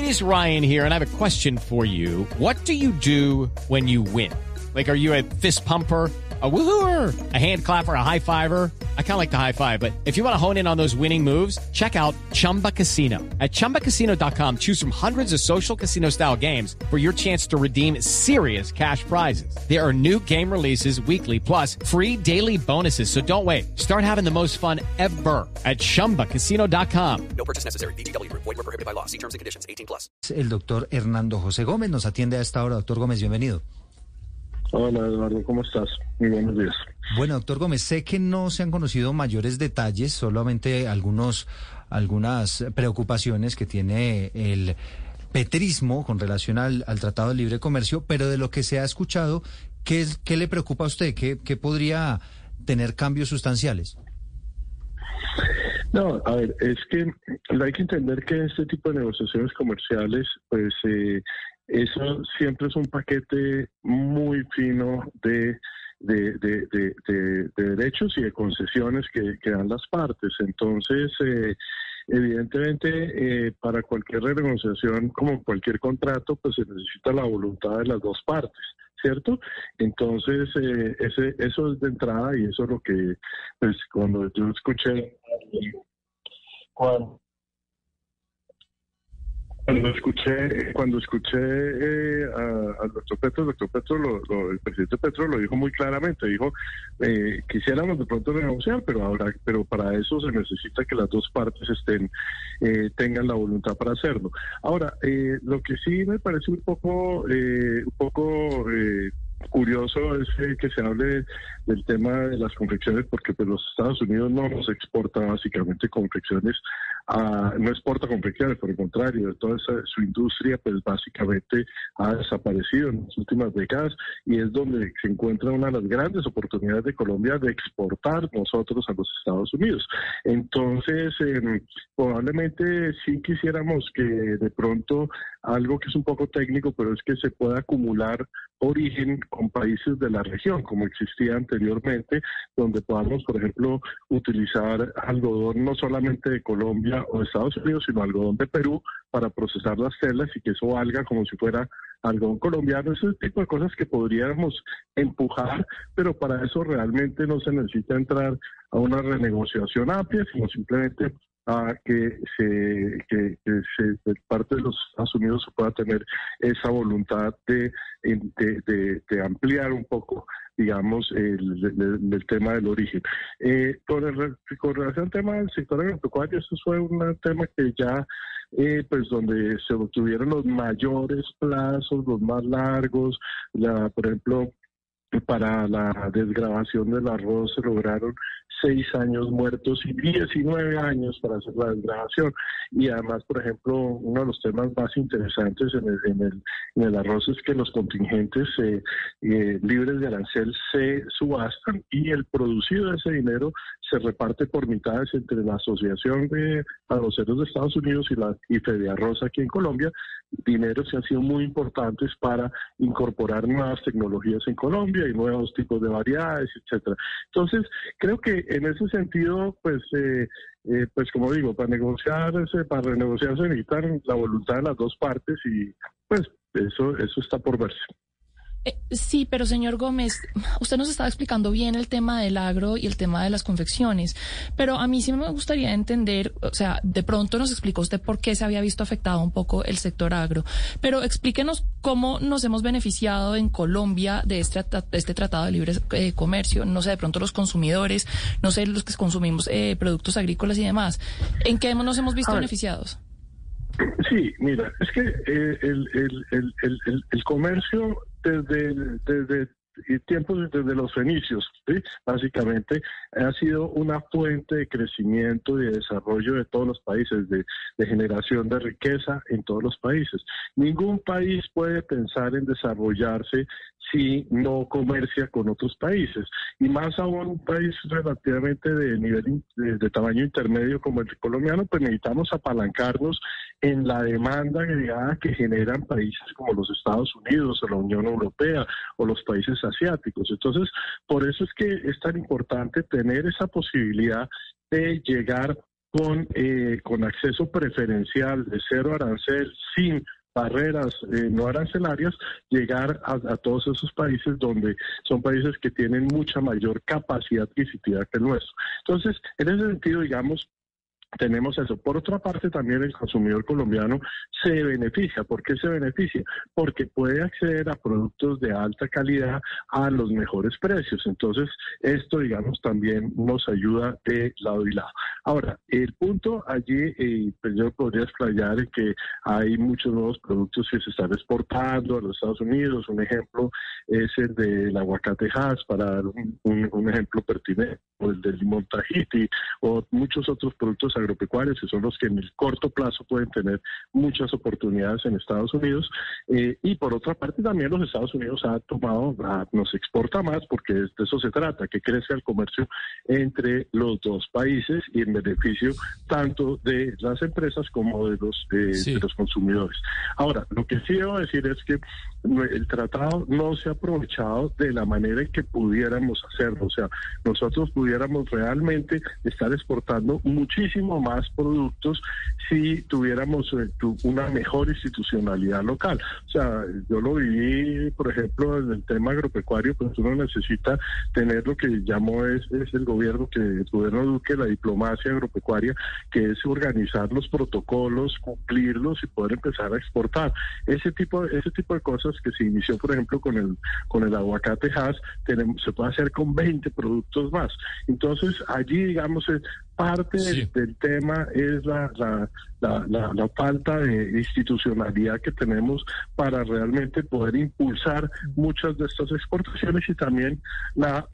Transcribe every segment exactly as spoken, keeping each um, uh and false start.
is Ryan here, and I have a question for you. What do you do when you win? Like, are you a fist pumper, a woohooer, a hand clapper, a high fiver? I kind of like the high five, but if you want to hone in on those winning moves, check out Chumba Casino. At chumba casino dot com, choose from hundreds of social casino style games for your chance to redeem serious cash prizes. There are new game releases weekly, plus free daily bonuses. So don't wait. Start having the most fun ever at chumba casino dot com. No purchase necessary. V G W Group. Void where prohibited by law. See terms and conditions. eighteen plus. El doctor Hernando José Gómez nos atiende a esta hora. Doctor Gómez, bienvenido. Hola Eduardo, ¿cómo estás? Muy buenos días. Bueno, doctor Gómez, sé que no se han conocido mayores detalles, solamente algunos, algunas preocupaciones que tiene el petrismo con relación al, al Tratado de Libre Comercio, pero de lo que se ha escuchado, ¿qué, es, qué le preocupa a usted? ¿Qué, qué podría tener cambios sustanciales? No, a ver, es que hay que entender que este tipo de negociaciones comerciales, pues eh, eso siempre es un paquete muy fino de, de, de, de, de, de derechos y de concesiones que, que dan las partes. Entonces, eh, evidentemente, eh, para cualquier renegociación, como cualquier contrato, pues se necesita la voluntad de las dos partes, ¿cierto? Entonces, eh, ese, eso es de entrada y eso es lo que, pues, cuando yo escuché, cuando, cuando escuché, cuando escuché eh, a- al doctor Petro, el doctor Petro, lo, lo- el presidente Petro lo dijo muy claramente, dijo, eh, quisiéramos de pronto negociar, pero ahora, pero para eso se necesita que las dos partes estén, eh, tengan la voluntad para hacerlo. Ahora, eh, lo que sí me parece un poco, eh, un poco eh, curioso es eh, que se hable del tema de las confecciones, porque pues los Estados Unidos no nos exporta básicamente confecciones, a, no exporta confecciones, por el contrario, toda esa, su industria pues básicamente ha desaparecido en las últimas décadas y es donde se encuentra una de las grandes oportunidades de Colombia de exportar nosotros a los Estados Unidos. Entonces, eh, probablemente sí quisiéramos que de pronto algo que es un poco técnico, pero es que se pueda acumular origen con países de la región, como existía anteriormente, donde podamos, por ejemplo, utilizar algodón no solamente de Colombia o de Estados Unidos, sino algodón de Perú para procesar las telas y que eso valga como si fuera algodón colombiano. Ese tipo de cosas que podríamos empujar, pero para eso realmente no se necesita entrar a una renegociación amplia, sino simplemente a que se que, que se de parte de los Estados Unidos se pueda tener esa voluntad de de, de, de ampliar un poco, digamos, el, el, el tema del origen. Eh, con, el, con relación al tema del sector agropecuario, eso fue un tema que ya eh, pues donde se obtuvieron los mayores plazos, los más largos, la, por ejemplo, para la desgravación del arroz se lograron seis años muertos y diecinueve años para hacer la desgravación. Y además, por ejemplo, uno de los temas más interesantes en el, en el, en el arroz es que los contingentes eh, eh, libres de arancel se subastan y el producido de ese dinero se reparte por mitades entre la Asociación de Arroceros de Estados Unidos y la y Fedearroz aquí en Colombia, dineros que han sido muy importantes para incorporar nuevas tecnologías en Colombia y nuevos tipos de variedades, etcétera. Entonces, creo que en ese sentido, pues, eh, eh, pues como digo, para negociar, para renegociar se necesita la voluntad de las dos partes y, pues, eso, eso está por verse. Eh, sí, pero señor Gómez, usted nos estaba explicando bien el tema del agro y el tema de las confecciones, pero a mí sí me gustaría entender, o sea, de pronto nos explicó usted por qué se había visto afectado un poco el sector agro, pero explíquenos cómo nos hemos beneficiado en Colombia de este, de este Tratado de Libre eh, Comercio, no sé, de pronto los consumidores, no sé, los que consumimos eh, productos agrícolas y demás, ¿en qué nos hemos visto beneficiados? Sí, mira, es que eh, el, el, el, el, el, el comercio desde, desde tiempos, desde los fenicios, ¿sí? Básicamente ha sido una fuente de crecimiento y de desarrollo de todos los países, de, de generación de riqueza en todos los países. Ningún país puede pensar en desarrollarse si no comercia con otros países, y más aún un país relativamente de nivel de, de tamaño intermedio como el colombiano, pues necesitamos apalancarnos en la demanda agregada que generan países como los Estados Unidos o la Unión Europea o los países asiáticos. Entonces, por eso es que es tan importante tener esa posibilidad de llegar con, eh, con acceso preferencial de cero arancel, sin barreras eh, no arancelarias, llegar a, a todos esos países donde son países que tienen mucha mayor capacidad adquisitiva que el nuestro. Entonces, en ese sentido, digamos, tenemos eso. Por otra parte, también el consumidor colombiano se beneficia. ¿Por qué se beneficia? Porque puede acceder a productos de alta calidad a los mejores precios. Entonces, esto, digamos, también nos ayuda de lado y lado. Ahora, el punto allí, eh, pues yo podría explayar en que hay muchos nuevos productos que se están exportando a los Estados Unidos. Un ejemplo es el del aguacate Hass, para dar un, un, un ejemplo pertinente, o el del limón Tahiti, o muchos otros productos agropecuarios que son los que en el corto plazo pueden tener muchas oportunidades en Estados Unidos. Eh, y por otra parte, también los Estados Unidos ha tomado, a, nos exporta más, porque de eso se trata, que crezca el comercio entre los dos países y en beneficio tanto de las empresas como de los, eh, sí. de los consumidores. Ahora, lo que sí debo decir es que el tratado no se ha aprovechado de la manera en que pudiéramos hacerlo. O sea, nosotros pudiéramos realmente estar exportando muchísimo más productos si tuviéramos eh, tu, una mejor institucionalidad local. O sea, yo lo viví, por ejemplo, en el tema agropecuario, pues uno necesita tener lo que llamó es, es el gobierno, que el gobierno Duque, la diplomacia agropecuaria, que es organizar los protocolos, cumplirlos y poder empezar a exportar. Ese tipo, ese tipo de cosas que se inició, por ejemplo, con el con el aguacate Hass, tenemos, se puede hacer con veinte productos más. Entonces, allí, digamos, es parte sí. del, del tema es la, la, la, la, la falta de institucionalidad que tenemos para realmente poder impulsar muchas de estas exportaciones, y también la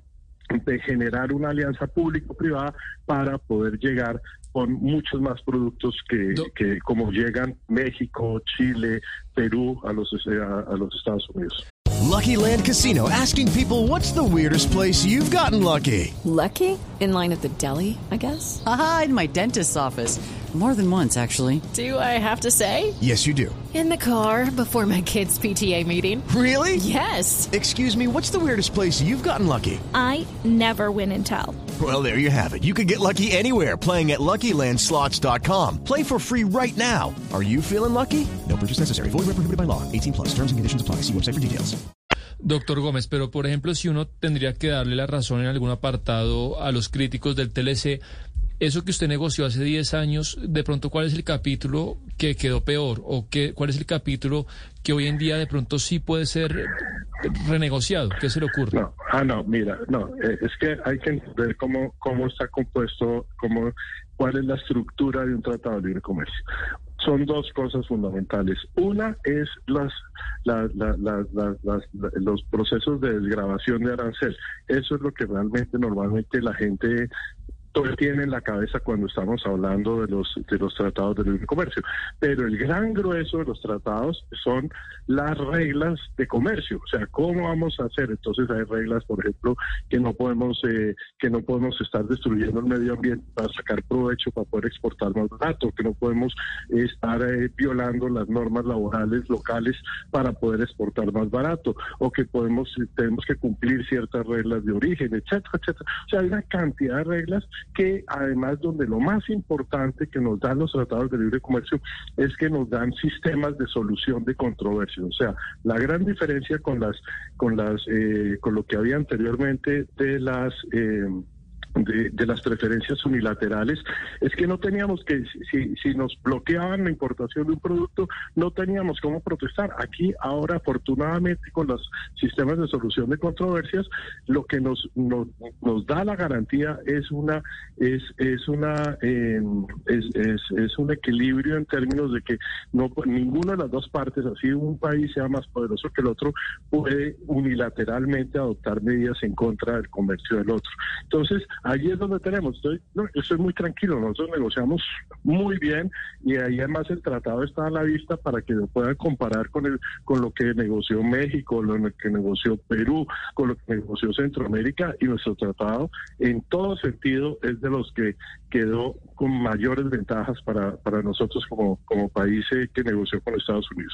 de generar una alianza público-privada para poder llegar con muchos más productos que, que como llegan México, Chile, Perú a los, a, a los Estados Unidos. Lucky Land Casino, asking people, what's the weirdest place you've gotten lucky? Lucky? In line at the deli, I guess? Aha, in my dentist's office. More than once, actually. Do I have to say? Yes, you do. In the car before my kids' P T A meeting. Really? Yes. Excuse me, what's the weirdest place you've gotten lucky? I never win and tell. Well, there you have it. You can get lucky anywhere, playing at Lucky Land Slots dot com. Play for free right now. Are you feeling lucky? No purchase necessary. Void where prohibited by law. eighteen plus. Terms and conditions apply. See website for details. Doctor Gómez, pero por ejemplo, si uno tendría que darle la razón en algún apartado a los críticos del T L C, eso que usted negoció hace diez años, de pronto, ¿cuál es el capítulo que quedó peor? ¿O qué, cuál es el capítulo que hoy en día de pronto sí puede ser renegociado? ¿Qué se le ocurre? No, ah, no, mira, no, eh, es que hay que entender cómo, cómo está compuesto, cómo, cuál es la estructura de un tratado de libre comercio. Son dos cosas fundamentales. Una es las, la, la, la, la, las, la, los procesos de desgravación de arancel. Eso es lo que realmente normalmente la gente tiene en la cabeza cuando estamos hablando de los de los tratados de libre comercio. Pero el gran grueso de los tratados son las reglas de comercio, o sea, cómo vamos a hacer. Entonces hay reglas, por ejemplo, que no podemos eh, que no podemos estar destruyendo el medio ambiente para sacar provecho, para poder exportar más barato, que no podemos eh, estar eh, violando las normas laborales locales para poder exportar más barato, o que podemos tenemos que cumplir ciertas reglas de origen, etcétera, etcétera. O sea, hay una cantidad de reglas que además, donde lo más importante que nos dan los tratados de libre comercio es que nos dan sistemas de solución de controversias. O sea, la gran diferencia con las con las eh, con lo que había anteriormente de las eh, De, de las preferencias unilaterales es que no teníamos que, si, si nos bloqueaban la importación de un producto, no teníamos cómo protestar. Aquí ahora, afortunadamente, con los sistemas de solución de controversias, lo que nos nos, nos da la garantía es una es es una eh, es, es, es un equilibrio en términos de que no ninguna de las dos partes, así un país sea más poderoso que el otro, puede unilateralmente adoptar medidas en contra del comercio del otro. Entonces, allí es donde tenemos, estoy, no, yo estoy muy tranquilo, nosotros negociamos muy bien, y ahí además el tratado está a la vista para que lo puedan comparar con el con lo que negoció México, lo que negoció Perú, con lo que negoció Centroamérica, y nuestro tratado en todo sentido es de los que quedó con mayores ventajas para, para nosotros como, como país eh, que negoció con Estados Unidos.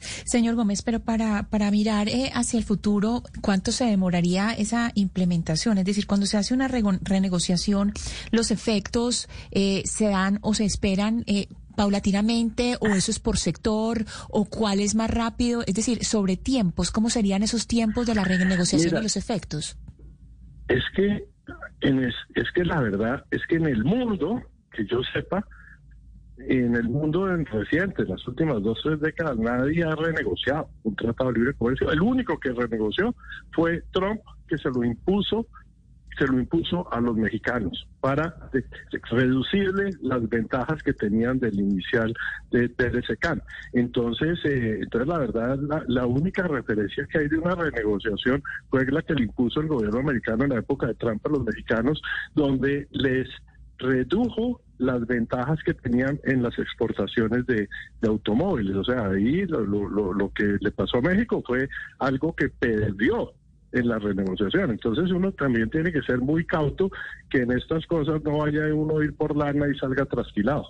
Señor Gómez, pero para, para mirar eh, hacia el futuro, ¿cuánto se demoraría esa implementación? Es decir, cuando se hace una rego- renegociación, ¿los efectos eh, se dan o se esperan eh, paulatinamente, o eso es por sector, o cuál es más rápido? Es decir, sobre tiempos, ¿cómo serían esos tiempos de la renegociación Mira, y los efectos? Es que, en es, es que la verdad es que en el mundo, que yo sepa, en el mundo en reciente, las últimas dos o tres décadas, nadie ha renegociado un tratado de libre comercio. El único que renegoció fue Trump, que se lo impuso, se lo impuso a los mexicanos para de, de, reducirle las ventajas que tenían del inicial de T L C C A N. Entonces, eh, entonces la verdad, la, la única referencia que hay de una renegociación fue la que le impuso el gobierno americano en la época de Trump a los mexicanos, donde les redujo las ventajas que tenían en las exportaciones de, de automóviles. O sea, ahí lo, lo, lo que le pasó a México fue algo que perdió en la renegociación. Entonces uno también tiene que ser muy cauto, que en estas cosas no vaya uno a ir por lana y salga trasquilado.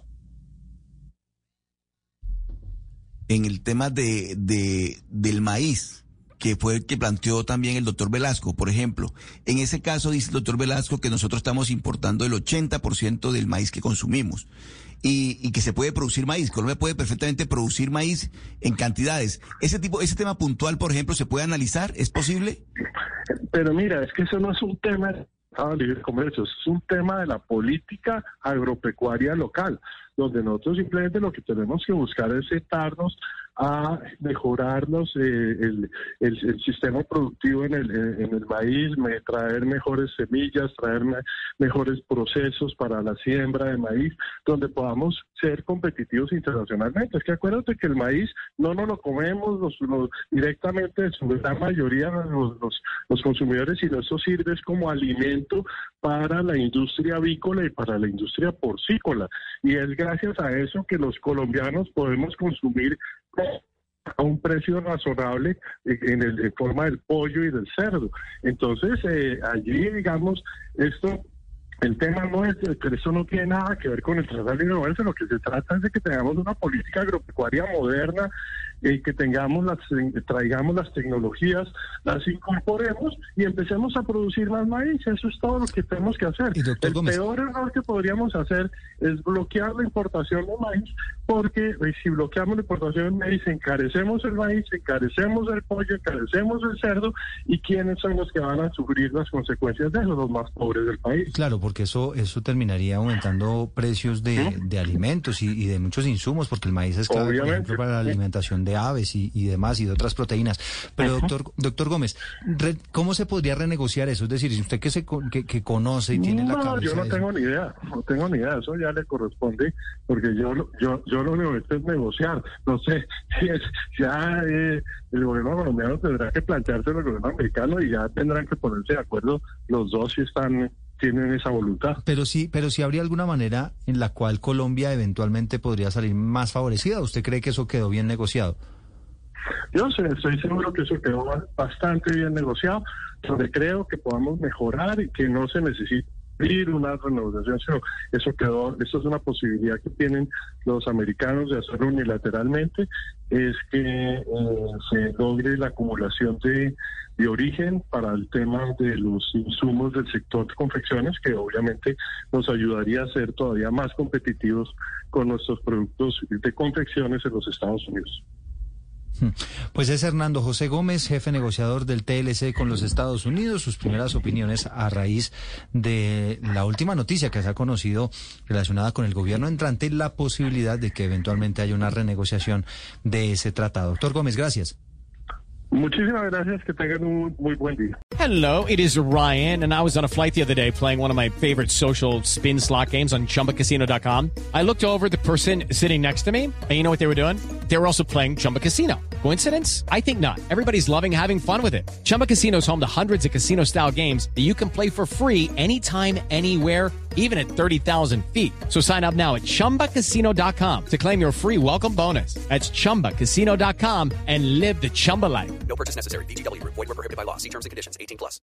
En el tema de, de del maíz, que fue el que planteó también el doctor Velasco, por ejemplo. En ese caso dice el doctor Velasco que nosotros estamos importando el ochenta por ciento del maíz que consumimos y, y que se puede producir maíz. Colombia puede perfectamente producir maíz en cantidades. Ese tipo, ese tema puntual, por ejemplo, ¿se puede analizar? ¿Es posible? Pero mira, es que eso no es un tema de libre comercio, es un tema de la política agropecuaria local, donde nosotros simplemente lo que tenemos que buscar es sentarnos a mejorarnos eh, el, el, el sistema productivo en el, en el maíz, me, traer mejores semillas, traer me, mejores procesos para la siembra de maíz, donde podamos ser competitivos internacionalmente. Es que acuérdate que el maíz no nos lo comemos los, los, directamente en su gran mayoría los, los, los consumidores, sino eso sirve como alimento para la industria avícola y para la industria porcícola. Y es gracias a eso que los colombianos podemos consumir a un precio razonable en, el, en forma del pollo y del cerdo. Entonces, eh, allí, digamos, esto, el tema no es, que eso no tiene nada que ver con el tratado de libre comercio, lo que se trata es de que tengamos una política agropecuaria moderna, eh, que tengamos las, traigamos las tecnologías, las incorporemos y empecemos a producir más maíz. Eso es todo lo que tenemos que hacer. El Gómez, peor error que podríamos hacer es bloquear la importación de maíz, porque eh, si bloqueamos la importación de maíz, encarecemos el maíz, encarecemos el pollo, encarecemos el cerdo, y ¿quiénes son los que van a sufrir las consecuencias de eso? Los más pobres del país. Claro, porque eso eso terminaría aumentando precios de, ¿sí? de alimentos y, y de muchos insumos, porque el maíz es clave, por ejemplo, para la alimentación de aves y, y demás, y de otras proteínas. Pero, uh-huh. doctor doctor Gómez, re, ¿cómo se podría renegociar eso? Es decir, si usted que se que, que conoce y tiene no, la cabeza... yo no tengo ni idea, no tengo ni idea, eso ya le corresponde, porque yo yo yo lo único que es negociar. No sé si es, ya eh, el gobierno colombiano tendrá que planteárselo al gobierno americano, y ya tendrán que ponerse de acuerdo los dos si están... tienen esa voluntad. Pero sí, pero sí habría alguna manera en la cual Colombia eventualmente podría salir más favorecida. ¿Usted cree que eso quedó bien negociado? Yo sé, estoy seguro que eso quedó bastante bien negociado, donde creo que podamos mejorar y que no se necesite una renegociación, sino eso quedó, eso es una posibilidad que tienen los americanos de hacerlo unilateralmente, es que eh, se logre la acumulación de, de origen para el tema de los insumos del sector de confecciones, que obviamente nos ayudaría a ser todavía más competitivos con nuestros productos de confecciones en los Estados Unidos. Pues es Hernando José Gómez, jefe negociador del T L C con los Estados Unidos. Sus primeras opiniones a raíz de la última noticia que se ha conocido relacionada con el gobierno entrante, la posibilidad de que eventualmente haya una renegociación de ese tratado. Doctor Gómez, gracias. Muchísimas gracias, que tengan un muy buen día. Hello, it is Ryan, and I was on a flight the other day playing one of my favorite social spin slot games on Chumba Casino dot com. I looked over at the person sitting next to me, and you know what they were doing? They were also playing Chumba Casino. Coincidence? I think not. Everybody's loving having fun with it. Chumba Casino is home to hundreds of casino-style games that you can play for free anytime, anywhere, even at thirty thousand feet. So sign up now at Chumba Casino dot com to claim your free welcome bonus. That's Chumba Casino dot com and live the Chumba life. No purchase necessary. V G W. Void where prohibited by law. See terms and conditions. eighteen plus.